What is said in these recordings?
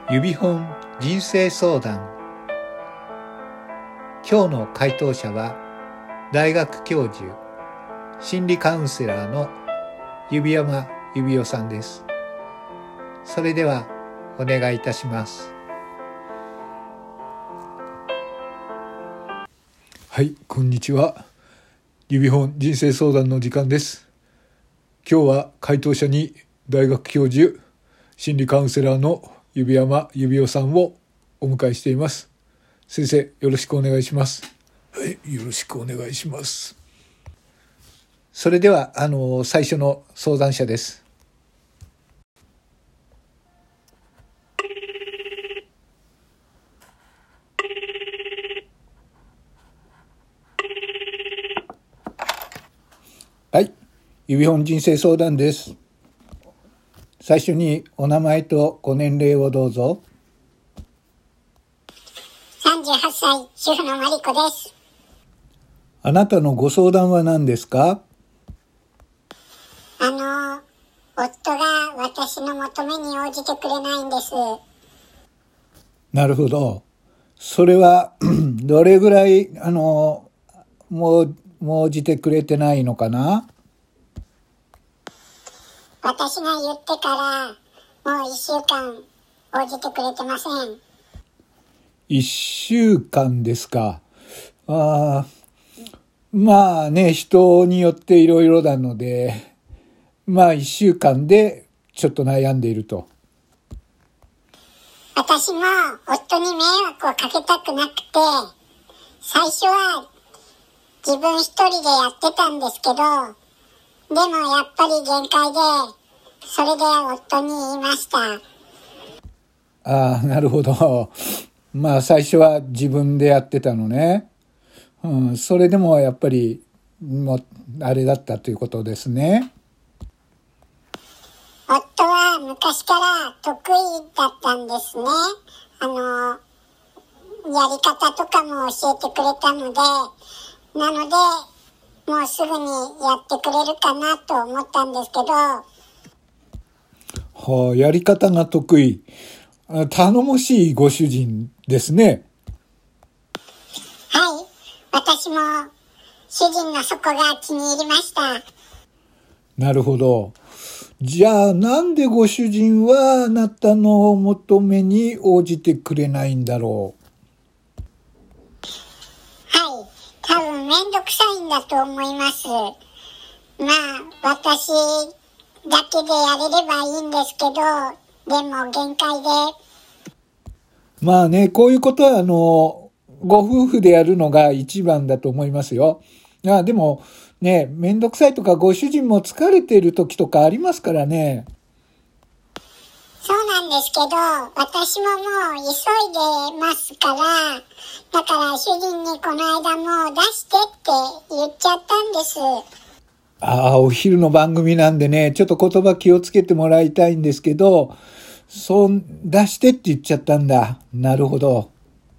指本人生相談。今日の回答者は大学教授、心理カウンセラーの指山指夫さんです。それではお願いいたします。 はい、こんにちは。指本人生相談の時間です。今日は回答者に大学教授、心理カウンセラーの指山指夫さんをお迎えしています。先生、よろしくお願いします。 はい、よろしくお願いします。 それでは最初の相談者です。はい、指本人生相談です。最初にお名前とご年齢をどうぞ。 38歳、主婦のマリコです。 あなたのご相談は何ですか？ 夫が私の求めに応じてくれないんです。 なるほど。それはどれぐらい応じてくれてないのかな？ 私が言ってからもう1週間応じてくれてません。 1週間ですか。まあね、人によっていろいろなので、1週間でちょっと悩んでいると。 私も夫に迷惑をかけたくなくて、最初は自分一人でやってたんですけど、でもやっぱり限界で、それで夫に言いました。 なるほど。最初は自分でやってたのね。それでもやっぱりあれだったということですね。 夫は昔から得意だったんですね。やり方とかも教えてくれたので、なのでもうすぐにやってくれるかなと思ったんですけど。 やり方が得意。頼もしいご主人ですね。 はい、私も主人のそこが気に入りました。 なるほど。じゃあなんでご主人はあなたの求めに応じてくれないんだろう？ はい、多分めんどくさいんだと思います。私だけでやれればいいんですけど、でも限界で。 こういうことはご夫婦でやるのが一番だと思いますよ。でもね、めんどくさいとかご主人も疲れている時とかありますからね。 そうなんですけど、私ももう急いでますから、だから主人にこの間もう出してって言っちゃったんです。 お昼の番組なんでね、ちょっと言葉気をつけてもらいたいんですけど、出してって言っちゃったんだ。なるほど。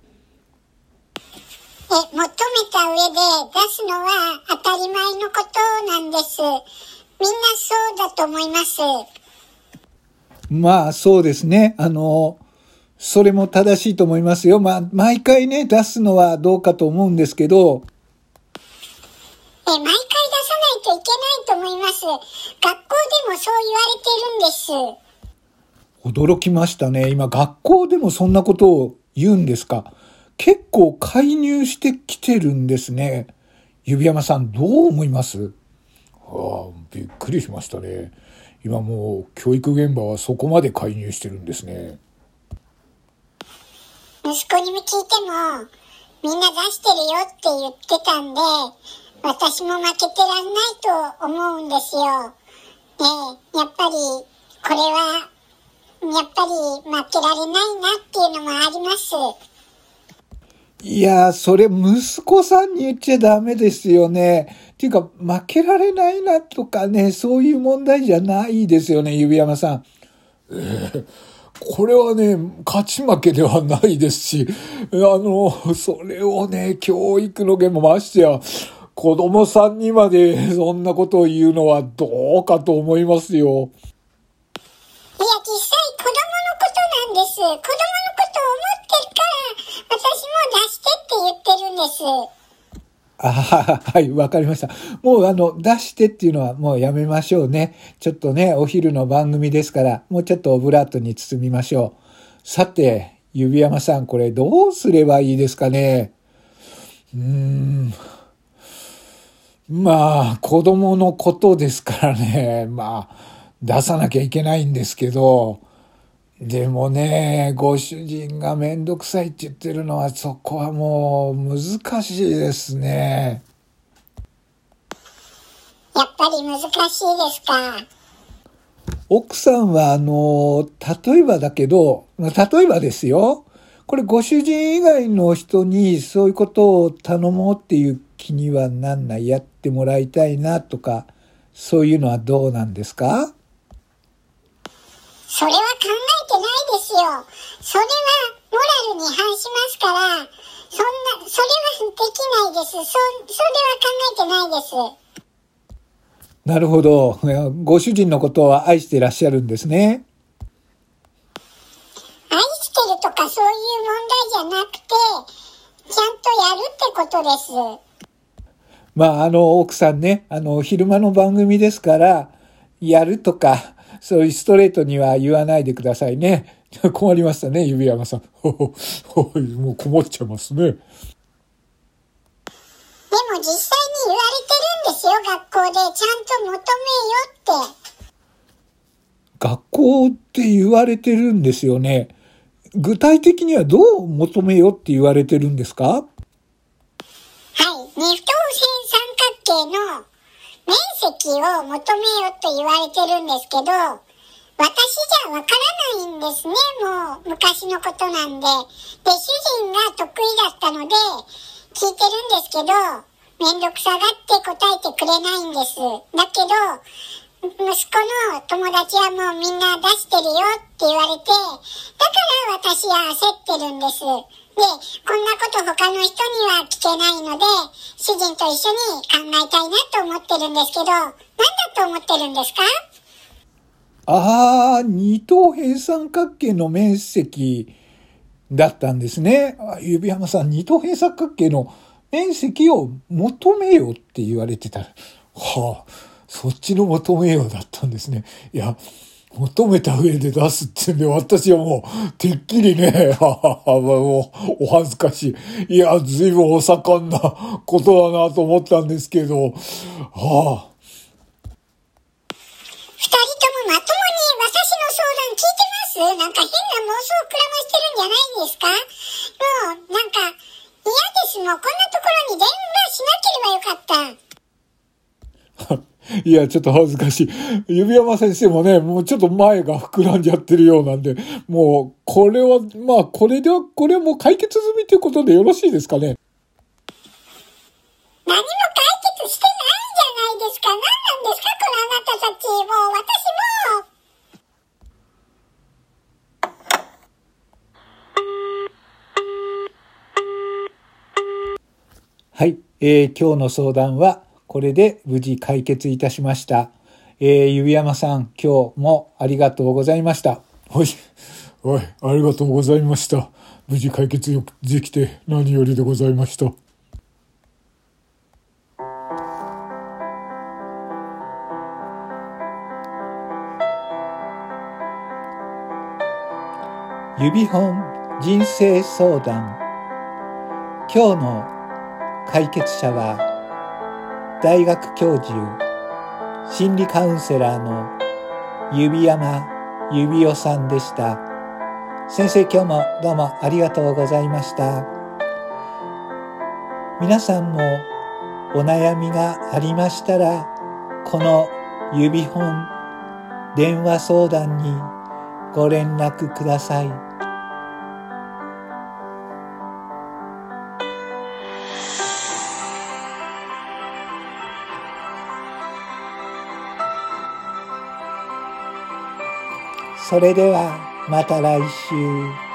求めた上で出すのは当たり前のことなんです。みんなそうだと思います。 そうですね。それも正しいと思いますよ。毎回ね、出すのはどうかと思うんですけど。 毎回出さないといけないと思います。学校でもそう言われてるんです。 驚きましたね。今、学校でもそんなことを言うんですか？結構介入してきてるんですね。指山さん、どう思います？ びっくりしましたね。今もう教育現場はそこまで介入してるんですね。 息子にも聞いても、みんな出してるよって言ってたんで、私も負けてらんないと思うんですよ。やっぱりこれはやっぱり負けられないなっていうのもあります。 いや、それ息子さんに言っちゃダメですよね。っていうか、負けられないなとかね、そういう問題じゃないですよね、指山さん。 これはね、勝ち負けではないですし、それをね、教育の現場ましてや、子供さんにまでそんなことを言うのはどうかと思いますよ。 いや、実際子供のことなんです。 子供のことを思ってるから、私も出してって言ってるんです。 はい、わかりました。もう出してっていうのはもうやめましょうね。ちょっとね、お昼の番組ですから、もうちょっとオブラートに包みましょう。さて、指山さん、これどうすればいいですかね。まあ、子供のことですからね、まあ、出さなきゃいけないんですけど、でもね、ご主人がめんどくさいって言ってるのは、そこはもう難しいですね。 やっぱり難しいですか。 奥さんは、例えばだけど、例えばですよ。これご主人以外の人にそういうことを頼もうっていう気にはなんない、やってもらいたいなとか、そういうのはどうなんですか？ それは考えてないですよ。それはモラルに反しますから、それはできないです。それは考えてないです。 なるほど。ご主人のことを愛していらっしゃるんですね。 愛してるとかそういう問題じゃなくて、ちゃんとやるってことです。 まあ、奥さんね、昼間の番組ですから、やるとか、そういうストレートには言わないでくださいね。困りましたね、指山さん。もう困っちゃいますね。 でも実際に言われてるんですよ、学校で。ちゃんと求めよって。 学校って言われてるんですよね。具体的にはどう求めよって言われてるんですか？ はい。二等辺三角形の面積を求めよと言われてるんですけど、私じゃわからないんですね、もう昔のことなんで。で、主人が得意だったので聞いてるんですけど、めんどくさがって答えてくれないんです。だけど、息子の友達はもうみんな出してるよって言われて、だから私は焦ってるんです。で、こんなこと他の人には聞けないので、主人と一緒に考えたいなと思ってるんですけど、何だと思ってるんですか？ 二等辺三角形の面積だったんですね。指山さん、二等辺三角形の面積を求めよって言われてた。そっちの求めようだったんですね。いや、求めた上で出すってんで、私はもう、てっきりね、もう、お恥ずかしい。いや、ずいぶんお盛んなことだなと思ったんですけど、 二人ともまともに私の相談聞いてます？なんか変な妄想を膨らましてるんじゃないですか？もう、なんか、嫌です。もうこんなところに電話しなければよかった。 いや、ちょっと恥ずかしい。指山先生もね、もうちょっと前が膨らんじゃってるようなんで、もう、これは、まあ、これはもう解決済みということでよろしいですかね。 何も解決してないじゃないですか。何なんですか、このあなたたち。もう、 はい、今日の相談はこれで無事解決いたしました。指山さん、今日もありがとうございました。 はい、ありがとうございました。無事解決できて何よりでございました。 指本人生相談。今日の解決者は大学教授心理カウンセラーの指山指夫さんでした。先生、今日もどうもありがとうございました。皆さんもお悩みがありましたら、この指本電話相談にご連絡ください。それではまた来週。